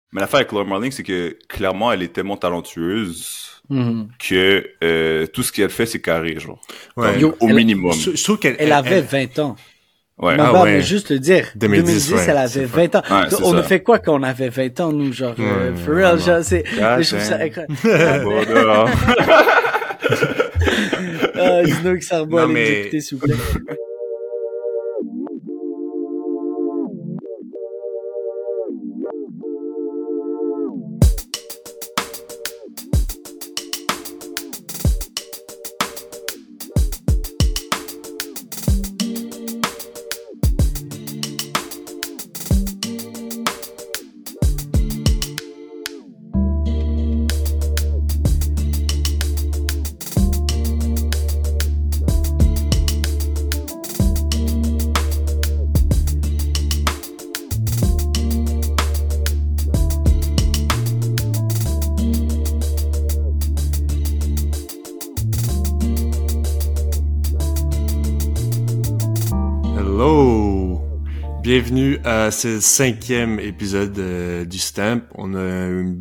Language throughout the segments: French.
Mais l'affaire avec Laura Marling, c'est que clairement, elle est tellement talentueuse Mhm. que tout ce qu'elle fait, c'est carré, genre. Ouais. Yo, Au minimum. Je trouve qu'elle Elle avait 20 ans. Ouais. Ma Ah mère ouais. veut juste le dire. 2010, ouais, elle avait c'est 20 ans. Ouais, c'est On a ça. fait quoi quand on avait 20 ans, nous, genre, Ouais, for real, vraiment. genre, c'est, God je trouve ça damn. incroyable. Bon, dehors. Dis-nous que ça revoit, Non, allez mais- nous écouter, s'il vous plaît. Hello! Bienvenue à ce 5e épisode du Stamp. On a une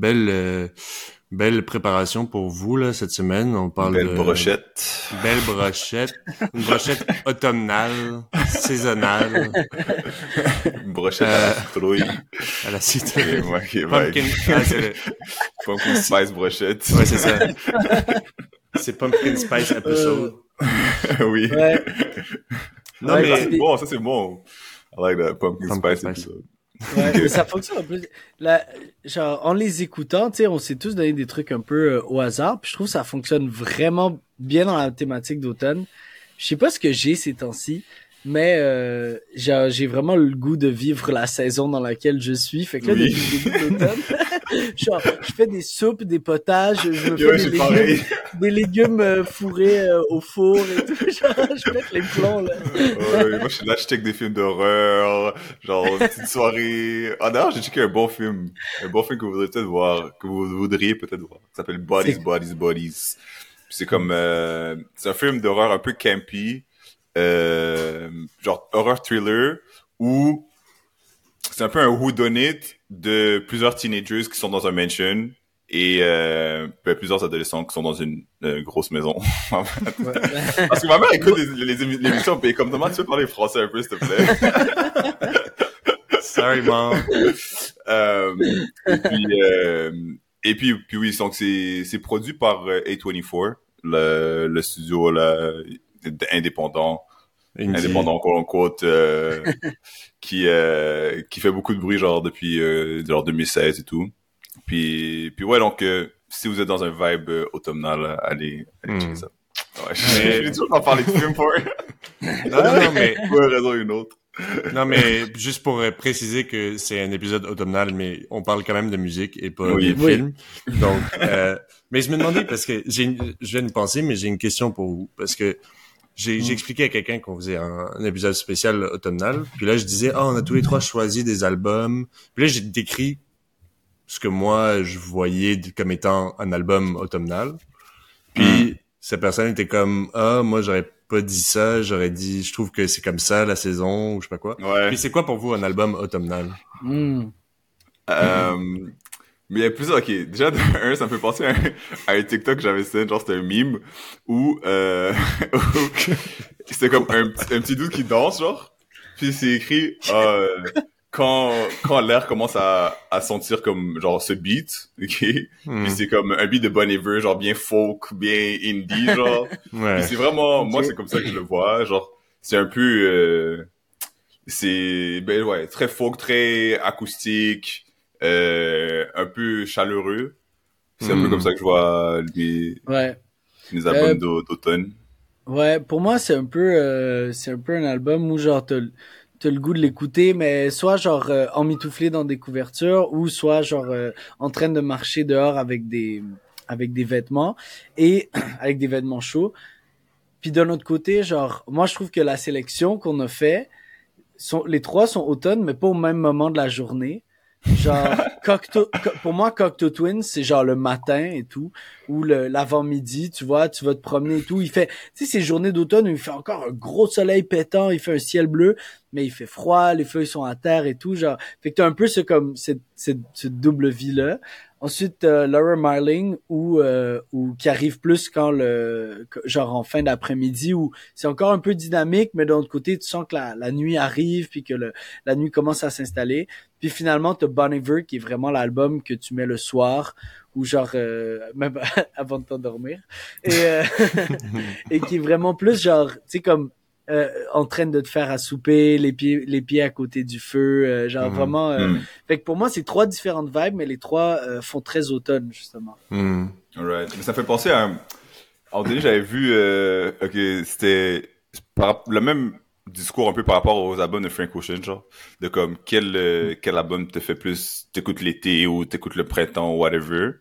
belle préparation pour vous là cette semaine. On parle Belle de brochette. belle brochette, une brochette automnale, saisonnale, Une brochette à la citrouille. à la citrouille. Ok, Pumpkin, ah, c'est le- Pumpkin spice brochette. ouais, c'est ça. C'est Pumpkin Spice episode. Oui. Ouais. Non Ouais, mais Ça, c'est bon, ça, c'est bon. I like that Pumpkin Pumpkin spice spice. episode. Ouais, mais ça fonctionne en plus. Là, genre, en les écoutant, tu sais, on s'est tous donné des trucs un peu au hasard, puis je trouve que ça fonctionne vraiment bien dans la thématique d'automne. Je sais pas ce que j'ai ces temps-ci, mais j'ai vraiment le goût de vivre la saison dans laquelle je suis. Fait que là, Oui. depuis le début de l'automne, genre, je fais des soupes, des potages, je me Yo, fais je suis pareil. des légumes fourrés au four et tout. Genre, je pète les plombs, là. Ouais, moi, là, je check des films d'horreur, genre, une petite soirée. Ah, d'ailleurs, j'ai checké un bon film. Un bon film que vous voudriez peut-être voir, que vous voudriez peut-être voir. Ça s'appelle Bodies, C'est- Bodies, Bodies. Puis c'est comme, c'est un film d'horreur un peu campy, genre horror thriller, où c'est un peu un whodunit de plusieurs teenagers qui sont dans un mansion et plusieurs adolescents qui sont dans une grosse maison. Parce que ma mère écoute les émissions, puis comme comment tu peux parler français un peu, s'il te plaît? sorry mom. Euh, puis oui, donc c'est produit par A24, le studio là, indépendant, indépendant quote unquote, qui fait beaucoup de bruit genre depuis genre 2016 et tout. Puis ouais, donc si vous êtes dans un vibe automnal, allez checker ça. Ouais, j'ai toujours pas parler de film pour Non, mais pour une raison ou une autre. non, mais juste pour préciser que c'est un épisode automnal, mais on parle quand même de musique et pas Oui. de film. Donc, mais je me demandais parce que je viens de penser, mais j'ai une question pour vous parce que j'ai expliqué à quelqu'un qu'on faisait un épisode spécial automnal. Puis là, je disais, on a tous les trois choisi des albums. Puis là, j'ai décrit ce que moi je voyais comme étant un album automnal. Puis cette personne était comme, moi j'aurais pas dit ça, j'aurais dit, je trouve que c'est comme ça la saison ou je sais pas quoi. Ouais. Puis c'est quoi pour vous un album automnal? Hmm. Mais il y a plusieurs, ok. Déjà, ça me fait penser à un TikTok que j'avais fait, genre, c'était un meme où, où c'était comme un petit dude qui danse, genre. Puis c'est écrit, quand l'air commence à sentir comme, genre, ce beat, ok. Puis c'est comme un beat de Bon Iver, genre, bien folk, bien indie, genre. Ouais. Puis c'est vraiment, moi, Ok. c'est comme ça que je le vois, genre, c'est un peu, c'est, ben ouais, très folk, très acoustique, un peu chaleureux. C'est un peu comme ça que je vois Ouais. les albums d'automne. Ouais, pour moi, c'est un peu un album où genre t'as le goût de l'écouter, mais soit genre emmitouflé dans des couvertures ou soit genre en train de marcher dehors avec des vêtements et avec des vêtements chauds. Puis d'un autre côté, genre moi je trouve que la sélection qu'on a fait, les trois sont automne, mais pas au même moment de la journée. Genre, pour moi, Cocteau Twins, c'est genre le matin et tout, ou l'avant-midi, tu vois, tu vas te promener et tout. Il fait, tu sais, ces journées d'automne où il fait encore un gros soleil pétant, il fait un ciel bleu, mais il fait froid, les feuilles sont à terre et tout, genre. Fait que t'as un peu cette double vie-là. Ensuite, Laura Marling, où qui arrive plus genre en fin d'après-midi, où c'est encore un peu dynamique, mais d'un autre côté, tu sens que la nuit arrive, puis que la nuit commence à s'installer. Puis finalement, t'as Bon Iver, qui est vraiment l'album que tu mets le soir, ou genre même avant de t'endormir, et qui est vraiment plus genre, tu sais, comme en train de te faire à souper, les pieds à côté du feu, genre vraiment. Fait que pour moi, c'est 3 différentes vibes, mais les 3 font très automne justement. Alright. Mais ça fait penser à alors déjà j'avais vu ok, c'était le même discours un peu par rapport aux albums de Frank Ocean, genre de comme quel album te fait plus, t'écoutes l'été ou t'écoutes le printemps ou whatever.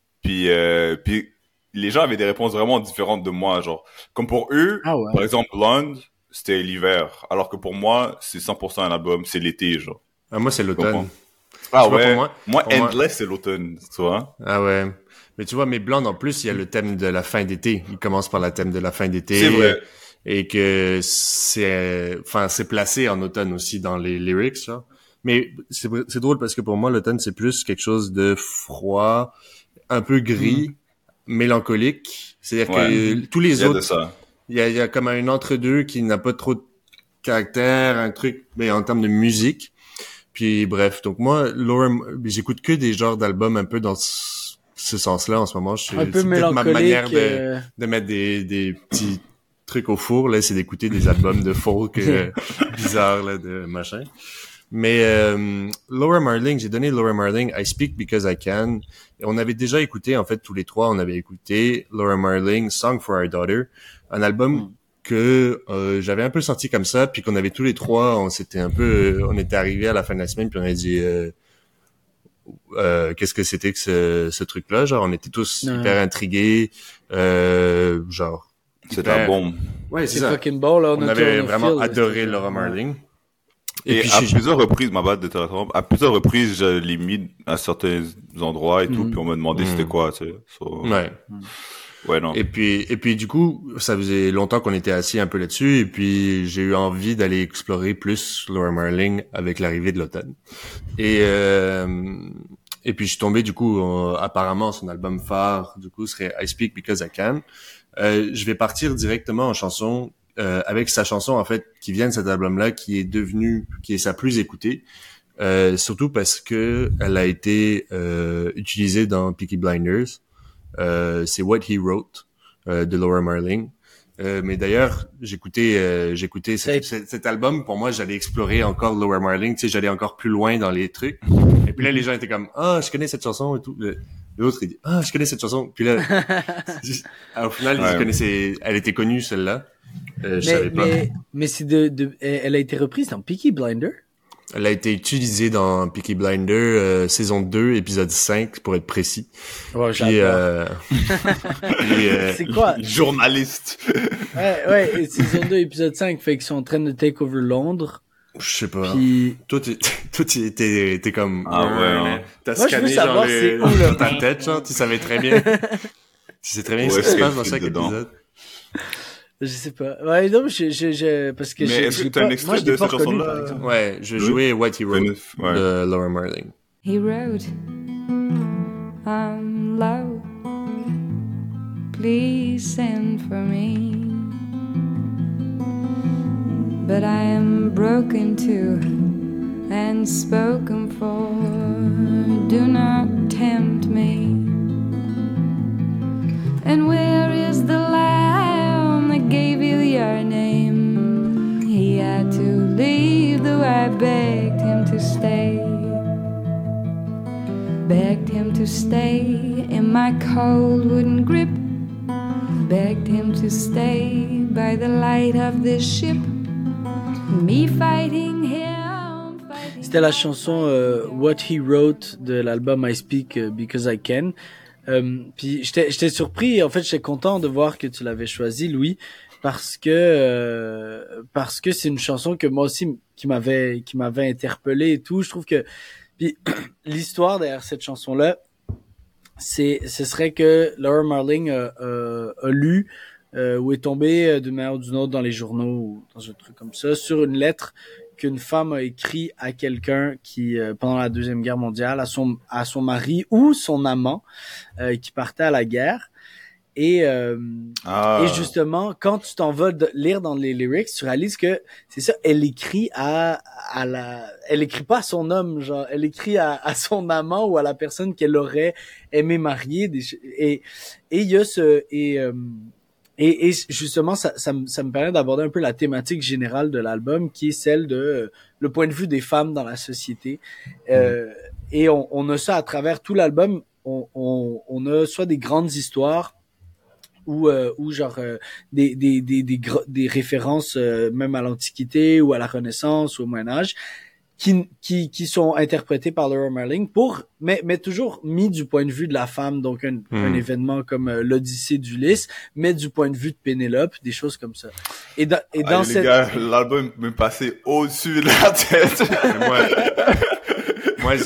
Puis les gens avaient des réponses vraiment différentes de moi, genre comme pour eux, par exemple Blonde, c'était l'hiver, alors que pour moi, c'est 100% un album, c'est l'été, genre. Ah, moi, c'est l'automne. Ah ouais. Moi, Endless, c'est l'automne, tu vois. Ah ouais. Mais tu vois, mais Blonde, en plus, il y a le thème de la fin d'été. Il commence par le thème de la fin d'été. C'est vrai. Et que c'est placé en automne aussi dans les lyrics, genre. Mais c'est drôle parce que pour moi, l'automne, c'est plus quelque chose de froid, un peu gris, mélancolique. C'est-à-dire que tous les autres, il y a comme un entre-deux qui n'a pas trop de caractère, un truc, mais en termes de musique. Puis bref, donc moi, j'écoute que des genres d'albums un peu dans ce sens-là en ce moment. Un peu mélancolique. Ma manière de mettre des petits trucs au four, là, c'est d'écouter des albums de folk bizarres, là, de machin. Mais Laura Marling, j'ai donné Laura Marling I Speak Because I Can. Et on avait déjà écouté, en fait, tous les trois, on avait écouté Laura Marling, Song for Our Daughter, un album que j'avais un peu senti comme ça, puis qu'on avait tous les trois, on était arrivés à la fin de la semaine, puis on a dit qu'est-ce que c'était que ce truc-là, genre on était tous hyper intrigués, genre c'est un bon. Ouais, c'est fucking bon là. On avait vraiment adoré Laura Marling. Et puis, à plusieurs reprises, à plusieurs reprises, je l'ai mis à certains endroits et tout, puis on m'a demandé c'était quoi, tu sais. Ouais, non. Et puis, du coup, ça faisait longtemps qu'on était assis un peu là-dessus, et puis j'ai eu envie d'aller explorer plus Laura Marling avec l'arrivée de l'automne. Et puis, je suis tombé, du coup, apparemment, son album phare, du coup, serait I Speak Because I Can. Je vais partir directement en chanson, avec sa chanson, en fait, qui vient de cet album-là, qui est sa plus écoutée. Surtout parce que elle a été, utilisée dans Peaky Blinders. C'est What He Wrote de Laura Marling. Mais d'ailleurs, j'écoutais cet album. Pour moi, j'allais explorer encore Laura Marling. Tu sais, j'allais encore plus loin dans les trucs. Et puis là, les gens étaient comme je connais cette chanson et tout. L'autre il dit je connais cette chanson. Puis là, au final, ils connaissaient. Elle était connue celle-là. Je savais pas. Mais c'est elle a été reprise dans Peaky Blinders. Elle a été utilisée dans Peaky Blinders, saison 2, épisode 5, pour être précis. Ouais, j'adore. C'est quoi? Journaliste. Ouais, saison 2, épisode 5, fait qu'ils sont en train de take over Londres. Je sais pas. Puis... Toi, t'es comme... T'as moi, scanné genre dans ta tête, genre, tu savais très bien. Tu sais très bien ce qui se passe dans chaque épisode. Je sais pas. Ouais, non, parce que mais est-ce que t'as un extrait de cette chanson-là? Ouais, je jouais What He Wrote de Laura Marling. He wrote, I'm low, please send for me. But I am broken too and spoken for. Do not tempt me. And where is the lamb that gave you your name? He had to leave, though I begged him to stay. Begged him to stay in my cold wooden grip. Begged him to stay by the light of this ship. Me fighting him. C'était la chanson What He Wrote de l'album I Speak Because I Can. Puis j'étais surpris, en fait j'étais content de voir que tu l'avais choisi, Louis, parce que c'est une chanson que moi aussi qui m'avait interpellé et tout. Je trouve que Puis l'histoire derrière cette chanson-là, ce serait que Laura Marling a lu ou est tombée d'une manière ou d'une autre dans les journaux ou dans un truc comme ça sur une lettre qu'une femme a écrit à quelqu'un qui pendant la Deuxième Guerre mondiale à son mari ou son amant qui partait à la guerre. Et justement, quand tu t'en vas lire dans les lyrics, tu réalises que c'est ça, elle écrit elle écrit pas à son homme, genre, elle écrit à son amant ou à la personne qu'elle aurait aimé marier. Et il y a et justement, ça me permet d'aborder un peu la thématique générale de l'album, qui est celle de le point de vue des femmes dans la société. Et on a ça à travers tout l'album. On a soit des grandes histoires ou genre des références même à l'Antiquité ou à la Renaissance ou au Moyen-Âge qui sont interprétées par Laura Marling mais toujours mis du point de vue de la femme, donc un événement comme l'Odyssée d'Ulysse, mais du point de vue de Pénélope, des choses comme ça. Et dans les gars, l'album me passait au-dessus de la tête. Moi, je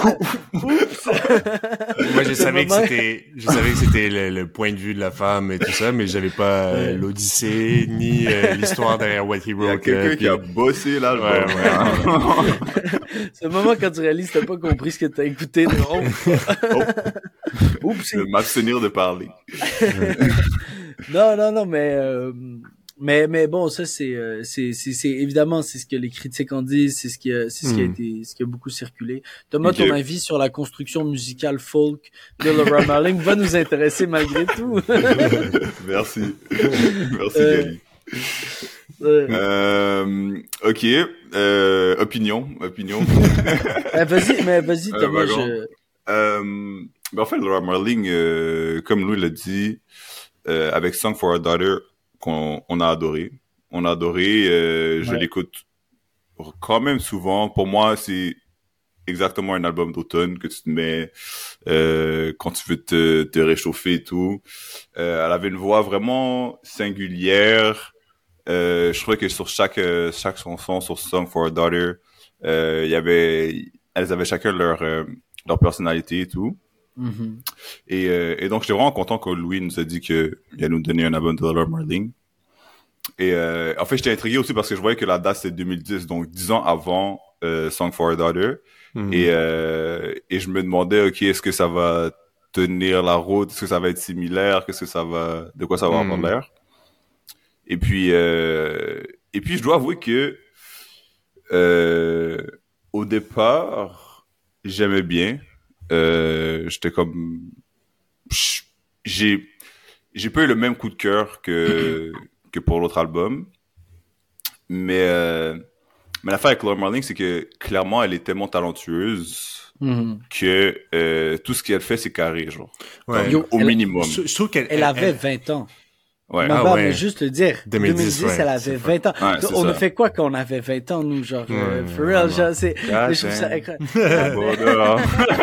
savais que c'était le point de vue de la femme et tout ça, mais j'avais pas l'Odyssée ni l'histoire derrière What He Wrote. Il y a quelqu'un qui a bossé l'album. Ouais. C'est le moment quand tu réalises que t'as pas compris ce que t'as écouté. Oups. Je vais m'abstenir de parler. Non, mais bon, ça c'est évidemment c'est ce que les critiques en disent, c'est ce qui a beaucoup circulé. Thomas, ton avis sur la construction musicale folk de Laura Marling va nous intéresser malgré tout. Merci Gali. Ok, opinion. Vas-y Thomas. En fait, Laura Marling, comme Louis l'a dit, avec Song for Our Daughter, qu'on a adoré. Je l'écoute quand même souvent. Pour moi, c'est exactement un album d'automne que tu te mets quand tu veux te réchauffer et tout. Elle avait une voix vraiment singulière. Je trouvais que sur chaque chanson, sur Song for a Daughter, elles avaient chacun leur personnalité et tout. Mm-hmm. Et donc j'étais vraiment content que Louis nous a dit qu'il allait nous donner un album de Laura Marling. Et en fait j'étais intrigué aussi parce que je voyais que la date c'est 2010, donc 10 ans avant Song for a Daughter. Mm-hmm. Et je me demandais, ok, est-ce que ça va tenir la route, est-ce que ça va être similaire, de quoi ça va avoir l'air. Et puis je dois avouer que au départ j'aimais bien. J'étais comme j'ai pas eu le même coup de cœur que pour l'autre album, mais l'affaire avec Laura Marling, c'est que clairement elle est tellement talentueuse que tout ce qu'elle fait c'est carré, genre au minimum. Je trouve qu'elle avait 20 ans. Ouais. Mais juste le dire. 2010, elle avait 20 ans. Ouais, on a fait quoi quand on avait 20 ans, nous, genre, for real, genre, je trouve ça incroyable.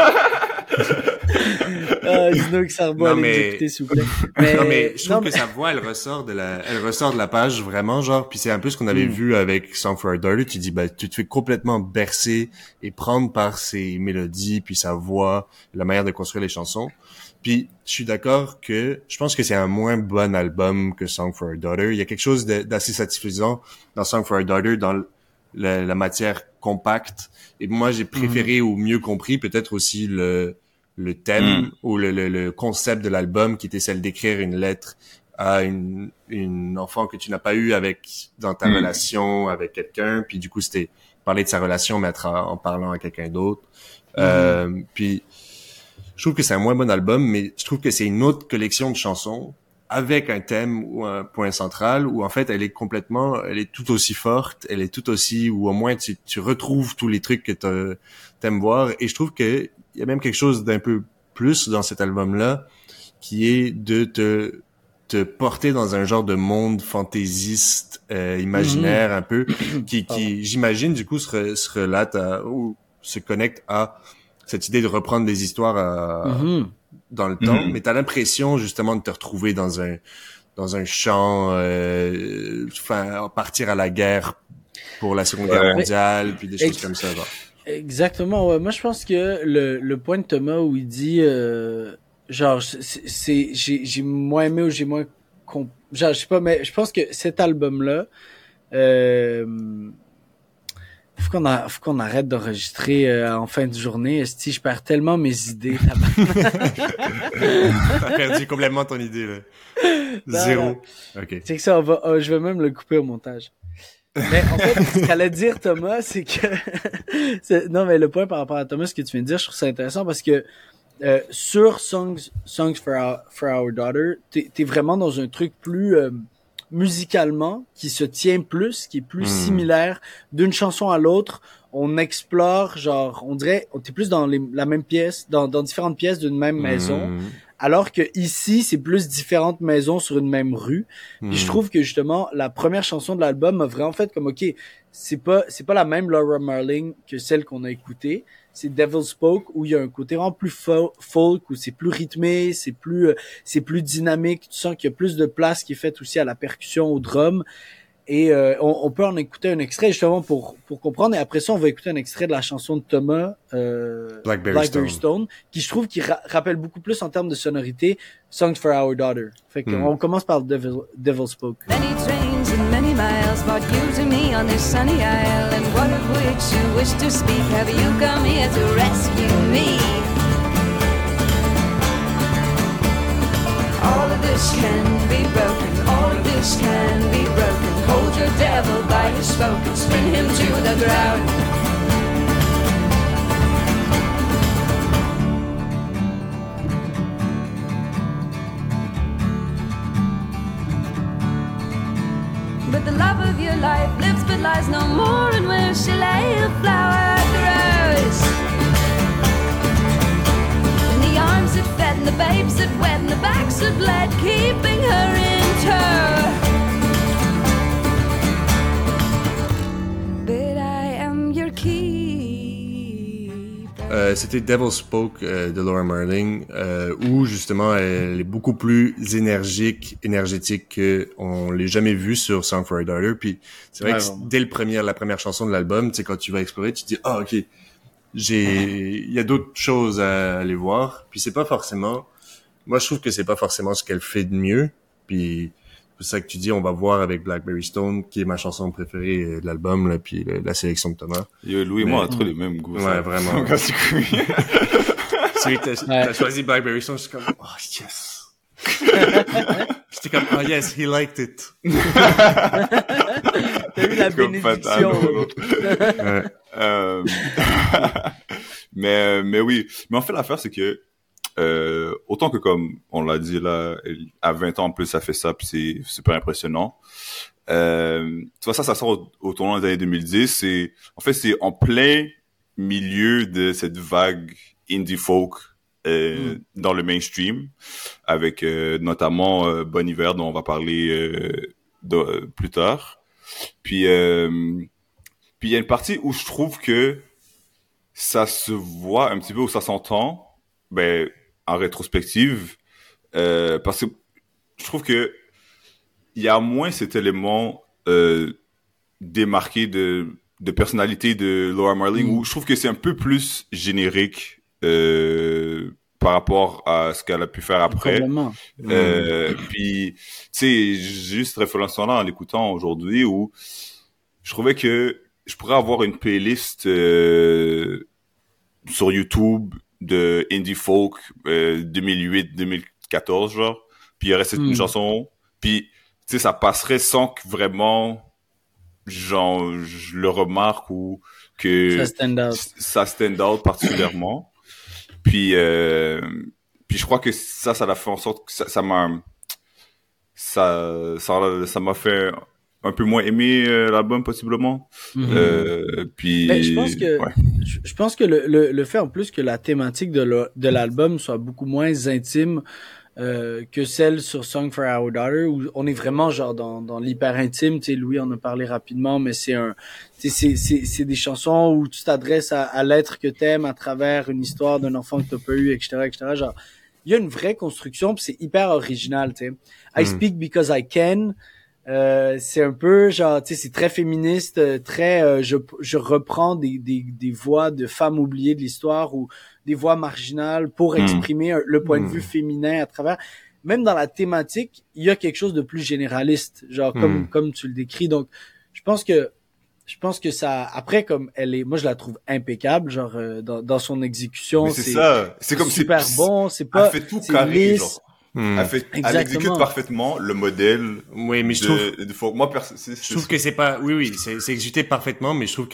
Dis-nous que ça revoit à l'écouter, s'il vous plaît. Mais je trouve que sa voix, elle ressort de la page, vraiment, genre, puis c'est un peu ce qu'on avait vu avec Song for a Daughter. Tu dis, tu te fais complètement bercer et prendre par ses mélodies, puis sa voix, la manière de construire les chansons. Puis, je suis d'accord que je pense que c'est un moins bon album que Song for a Daughter. Il y a quelque chose d'assez satisfaisant dans Song for a Daughter, dans la matière compacte. Et moi, j'ai préféré ou mieux compris peut-être aussi le thème ou le concept de l'album, qui était celle d'écrire une lettre à une enfant que tu n'as pas eu dans ta relation avec quelqu'un. Puis du coup, c'était parler de sa relation, mais en parlant à quelqu'un d'autre. Puis je trouve que c'est un moins bon album, mais je trouve que c'est une autre collection de chansons avec un thème ou un point central où en fait elle est tout aussi forte, elle est tout aussi, ou au moins tu retrouves tous les trucs que t'aimes voir. Et je trouve que il y a même quelque chose d'un peu plus dans cet album-là, qui est de te porter dans un genre de monde fantaisiste, imaginaire un peu, qui j'imagine du coup se relate ou se connecte à cette idée de reprendre des histoires dans le temps, mais t'as l'impression justement de te retrouver dans un champ, partir à la guerre pour la Seconde Guerre mondiale, puis des choses comme ça. Genre. Exactement, ouais. Moi, je pense que le point de Thomas où il dit, genre, j'ai moins aimé ou j'ai moins genre, je sais pas, mais je pense que cet album-là, faut qu'on arrête d'enregistrer en fin de journée. Si je perds tellement mes idées. T'as perdu complètement ton idée, là. Zéro. Ok. C'est que ça, je vais même le couper au montage. Mais en fait, ce qu'allait dire Thomas, c'est que non, mais le point par rapport à Thomas, ce que tu viens de dire, je trouve ça intéressant parce que sur Songs for Our Daughter, t'es vraiment dans un truc plus musicalement qui se tient plus, qui est plus similaire d'une chanson à l'autre. On explore, genre, on dirait, t'es plus dans la même pièce, dans différentes pièces d'une même maison. Alors que ici, c'est plus différentes maisons sur une même rue. Puis je trouve que justement, la première chanson de l'album a vraiment fait comme, ok, c'est pas la même Laura Marling que celle qu'on a écoutée. C'est Devil Spoke où il y a un côté vraiment plus folk, où c'est plus rythmé, c'est plus dynamique. Tu sens qu'il y a plus de place qui est faite aussi à la percussion, au drum. Et on peut en écouter un extrait justement pour comprendre. Et après ça, on va écouter un extrait de la chanson de Thomas, Blackberry Stone, qui je trouve qui rappelle beaucoup plus en termes de sonorité Songs for Our Daughter. Fait qu'on commence par Devil Spoke. Many trains and many miles brought you to me on this sunny isle, and what of which you wish to speak? Have you come here to rescue me? All of this can be broken, all of this can be broken. Hold your devil by his spoke and spin him to the ground. But the love of your life lives but lies no more, and where she lay a flower grows. In the arms that fed and the babes that wed and the backs that bled, keeping her in tow. But I am your keeper. C'était Devil Spoke de Laura Marling, où justement elle est beaucoup plus énergique, énergétique qu'on l'ait jamais vu sur Song for a Daughter. Puis c'est vrai que dès la première chanson de l'album, tu sais, quand tu vas explorer, tu te dis ok, il y a d'autres choses à aller voir. Puis c'est pas forcément, moi je trouve que c'est pas forcément ce qu'elle fait de mieux. Puis c'est ça que tu dis, on va voir avec Blackberry Stone, qui est ma chanson préférée de l'album, là, puis la sélection de Thomas. Louis et moi, on a trop les mêmes goûts. Ouais, vraiment. C'est que t'as choisi Blackberry Stone, j'étais comme, oh yes! J'étais comme, oh yes, he liked it. T'as eu la bénédiction. Mais oui. Mais en fait, l'affaire, c'est que autant que comme on l'a dit là, à 20 ans en plus ça fait ça, puis c'est super impressionnant. Tu vois, ça sort au tournant des années 2010. C'est en plein milieu de cette vague indie folk dans le mainstream, avec notamment Bon Iver dont on va parler plus tard. Puis il y a une partie où je trouve que ça se voit un petit peu, où ça s'entend, en rétrospective, parce que je trouve que il y a moins cet élément démarqué de personnalité de Laura Marling, où je trouve que c'est un peu plus générique par rapport à ce qu'elle a pu faire après. Puis, tu sais, j'ai eu cette réflexion-là en l'écoutant aujourd'hui, où je trouvais que je pourrais avoir une playlist sur YouTube de indie folk 2008-2014, genre. Puis il y aurait cette chanson. Puis, tu sais, ça passerait sans que vraiment, genre, je le remarque ou que ça stand out particulièrement. Puis je crois que ça l'a fait en sorte que ça m'a fait un peu moins aimer l'album possiblement. Puis mais je pense que le fait en plus que la thématique de l'album soit beaucoup moins intime que celle sur Song for Our Daughter, où on est vraiment genre dans l'hyper intime. Tu sais, Louis en a parlé rapidement, mais c'est des chansons où tu t'adresses à l'être que t'aimes à travers une histoire d'un enfant que t'as pas eu, etc., etc. Genre, il y a une vraie construction, puis c'est hyper original, tu sais. I Speak Because I Can, C'est un peu genre, tu sais, c'est très féministe, très, je reprends des voix de femmes oubliées de l'histoire ou des voix marginales pour exprimer le point de vue féminin à travers. Même dans la thématique, il y a quelque chose de plus généraliste, genre comme tu le décris. Donc, je pense que ça, après, comme moi je la trouve impeccable, genre dans son exécution. Mais c'est ça. C'est comme super bon. C'est pas. Elle fait tout carré, lisse. genre. Elle exécute parfaitement le modèle. Oui, mais je trouve que c'est pas, c'est exécuté parfaitement, mais je trouve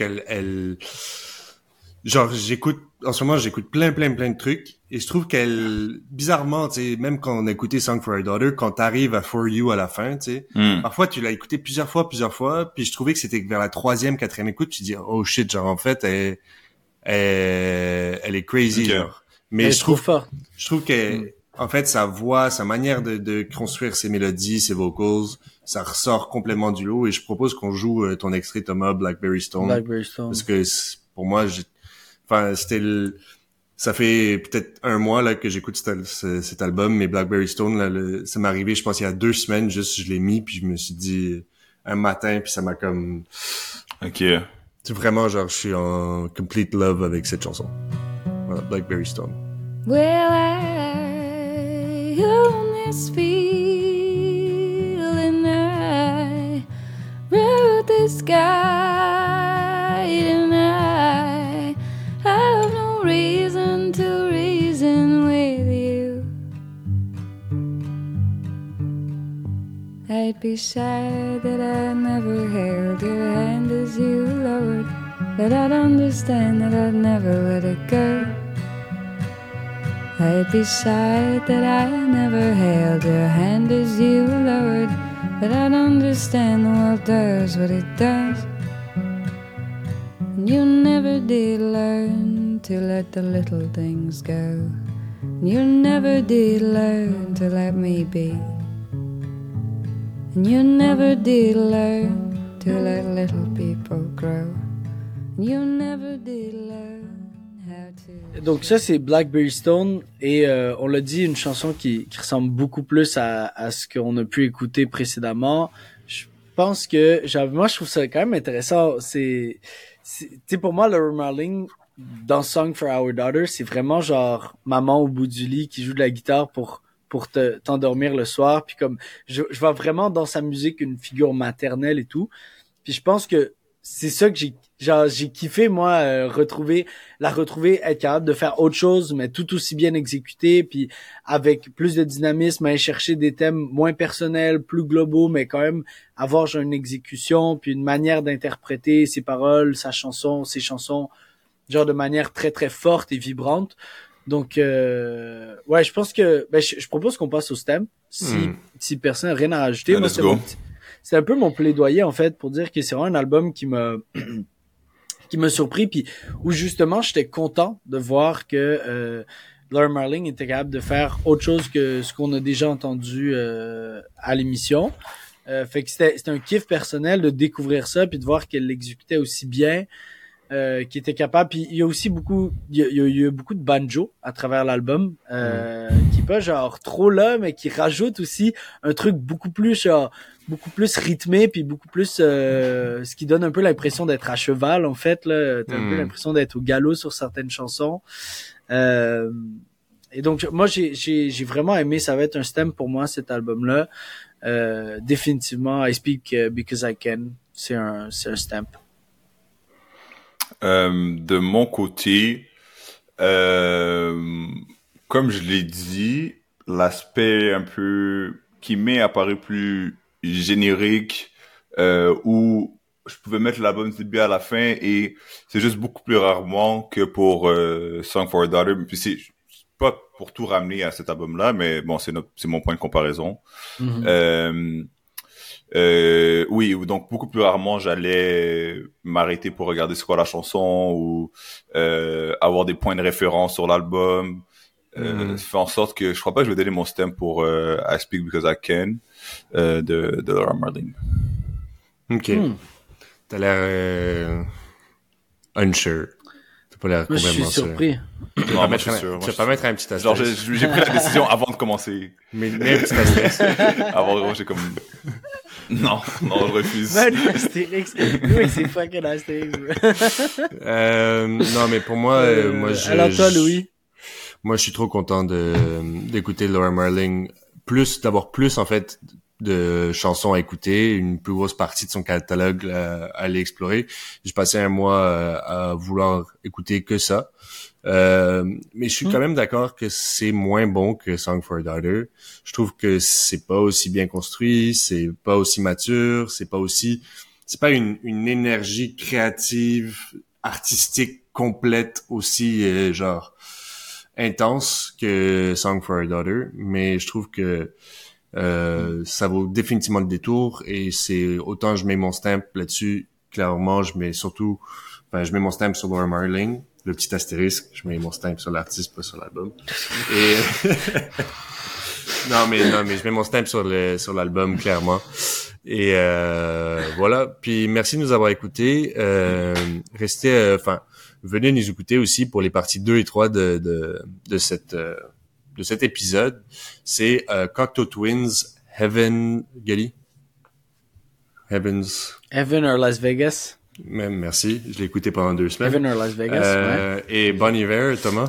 genre, en ce moment, j'écoute plein de trucs, et je trouve bizarrement, tu sais, même quand on a écouté Song for Our Daughter, quand t'arrives à For You à la fin, tu sais, parfois tu l'as écouté plusieurs fois, puis je trouvais que c'était vers la 3e, 4e écoute, tu dis, oh shit, genre, en fait, elle est crazy, genre. Mais je trouve que, en fait, sa voix, sa manière de construire ses mélodies, ses vocals, ça ressort complètement du lot, et je propose qu'on joue ton extrait, Thomas, Blackberry Stone. Parce que, pour moi, ça fait peut-être un mois là que j'écoute cet album, mais Blackberry Stone là, ça m'est arrivé, je pense il y a 2 semaines, juste je l'ai mis puis je me suis dit un matin, puis ça m'a comme c'est vraiment genre je suis en complete love avec cette chanson. Voilà, Blackberry Stone. Well, I own this feeling, I wrote this guide, and I have no reason to reason with you. I'd be shy that I never held your hand as you lowered, but I'd understand that I'd never let it go. I'd be shy that I never held your hand as you lowered, but I'd understand the world does what it does. And you never did learn to let the little things go. And you never did learn to let me be. And you never did learn to let little people grow. And you never did learn how to... Donc ça c'est Blackberry Stone et on l'a dit, une chanson qui ressemble beaucoup plus à ce qu'on a pu écouter précédemment. Je pense que moi je trouve ça quand même intéressant. Tu sais, pour moi Laura Marling dans Song for Our Daughter, c'est vraiment genre maman au bout du lit qui joue de la guitare pour t'endormir le soir, puis comme je vois vraiment dans sa musique une figure maternelle et tout. Puis je pense que c'est ça que j'ai kiffé moi, retrouver, être capable de faire autre chose mais tout aussi bien exécuté, puis avec plus de dynamisme, aller chercher des thèmes moins personnels, plus globaux, mais quand même avoir genre une exécution puis une manière d'interpréter ses paroles, ses chansons genre de manière très très forte et vibrante. Donc ouais, je pense que je propose qu'on passe au stem si personne n'a rien à rajouter. Moi c'est un peu mon plaidoyer en fait pour dire que c'est vraiment un album qui m'a surpris, puis où justement j'étais content de voir que Laura Marling était capable de faire autre chose que ce qu'on a déjà entendu à l'émission. Fait que c'était un kiff personnel de découvrir ça puis de voir qu'elle l'exécutait aussi bien, qui était capable. Puis il y a aussi beaucoup de banjo à travers l'album, qui est pas genre trop là, mais qui rajoute aussi un truc beaucoup plus rythmé, puis beaucoup plus ce qui donne un peu l'impression d'être à cheval en fait là. T'as un peu l'impression d'être au galop sur certaines chansons. Et donc moi j'ai vraiment aimé. Ça va être un stem pour moi cet album là. Définitivement I Speak Because I Can, c'est un stamp. De mon côté, comme je l'ai dit, l'aspect un peu qui m'est apparu plus générique, où je pouvais mettre l'album du début à la fin, et c'est juste beaucoup plus rarement que pour Song for a Daughter. Puis c'est pas pour tout ramener à cet album-là, mais bon, c'est mon point de comparaison. Oui, donc beaucoup plus rarement j'allais m'arrêter pour regarder c'est quoi la chanson ou avoir des points de référence sur l'album. Ça fait en sorte que je crois pas que je vais donner mon stem pour I Speak Because I Can de Laura Marling. Ok. T'as l'air unsure. T'as pas l'air complètement sûr. Je suis surpris. Non, mais je suis sûr. Tu vas pas mettre un petit asterisk. Genre j'ai pris la décision avant de commencer. Mais un petit asterisk. Avant, j'ai comme... Non, je refuse. Ben, Astérix. Oui, c'est fucking Astérix, bro. Non, mais pour moi, Alors toi, Louis? Moi, je suis trop content d'écouter Laura Marling, d'avoir plus, en fait, de chansons à écouter, une plus grosse partie de son catalogue à aller explorer. J'ai passé un mois à vouloir écouter que ça. Mais je suis quand même d'accord que c'est moins bon que Song for a Daughter. Je trouve que c'est pas aussi bien construit, c'est pas aussi mature, c'est pas une énergie créative, artistique complète aussi genre intense que Song for a Daughter, mais je trouve que ça vaut définitivement le détour et c'est autant je mets mon stamp là-dessus, clairement je mets mon stamp sur Laura Marling, le petit astérisque, je mets mon stamp sur l'artiste, pas sur l'album. Et non mais je mets mon stamp sur l'album clairement. Et voilà, puis merci de nous avoir écoutés. Venez nous écouter aussi pour les parties 2 et 3 de cet épisode. C'est Cocteau Twins, Heaven or Las Vegas. Même, merci. Je l'ai écouté pendant 2 semaines. Heaven or Las Vegas, ouais. Et Bon Iver, Thomas.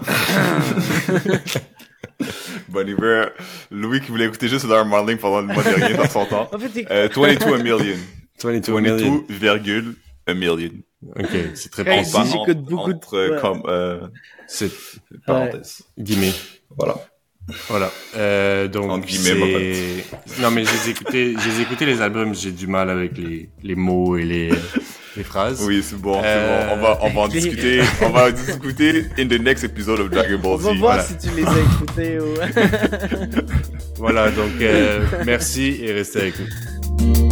Bon Iver. Louis qui voulait écouter juste Laura Marling pendant le mois dernier dans son temps. En fait, 22 a million. 22 million. 22,1 million. Ok, c'est très Hey, précis. j'écoute beaucoup de... C'est parenthèse. Guillemets. Voilà. Donc entre guillemets, non mais j'ai écouté les albums, j'ai du mal avec les mots et les phrases. Oui, c'est bon. On va en discuter. On va en discuter in the next episode of Dragon Ball Z. On va voir si tu les as écoutés ou... Voilà, donc merci et restez avec nous.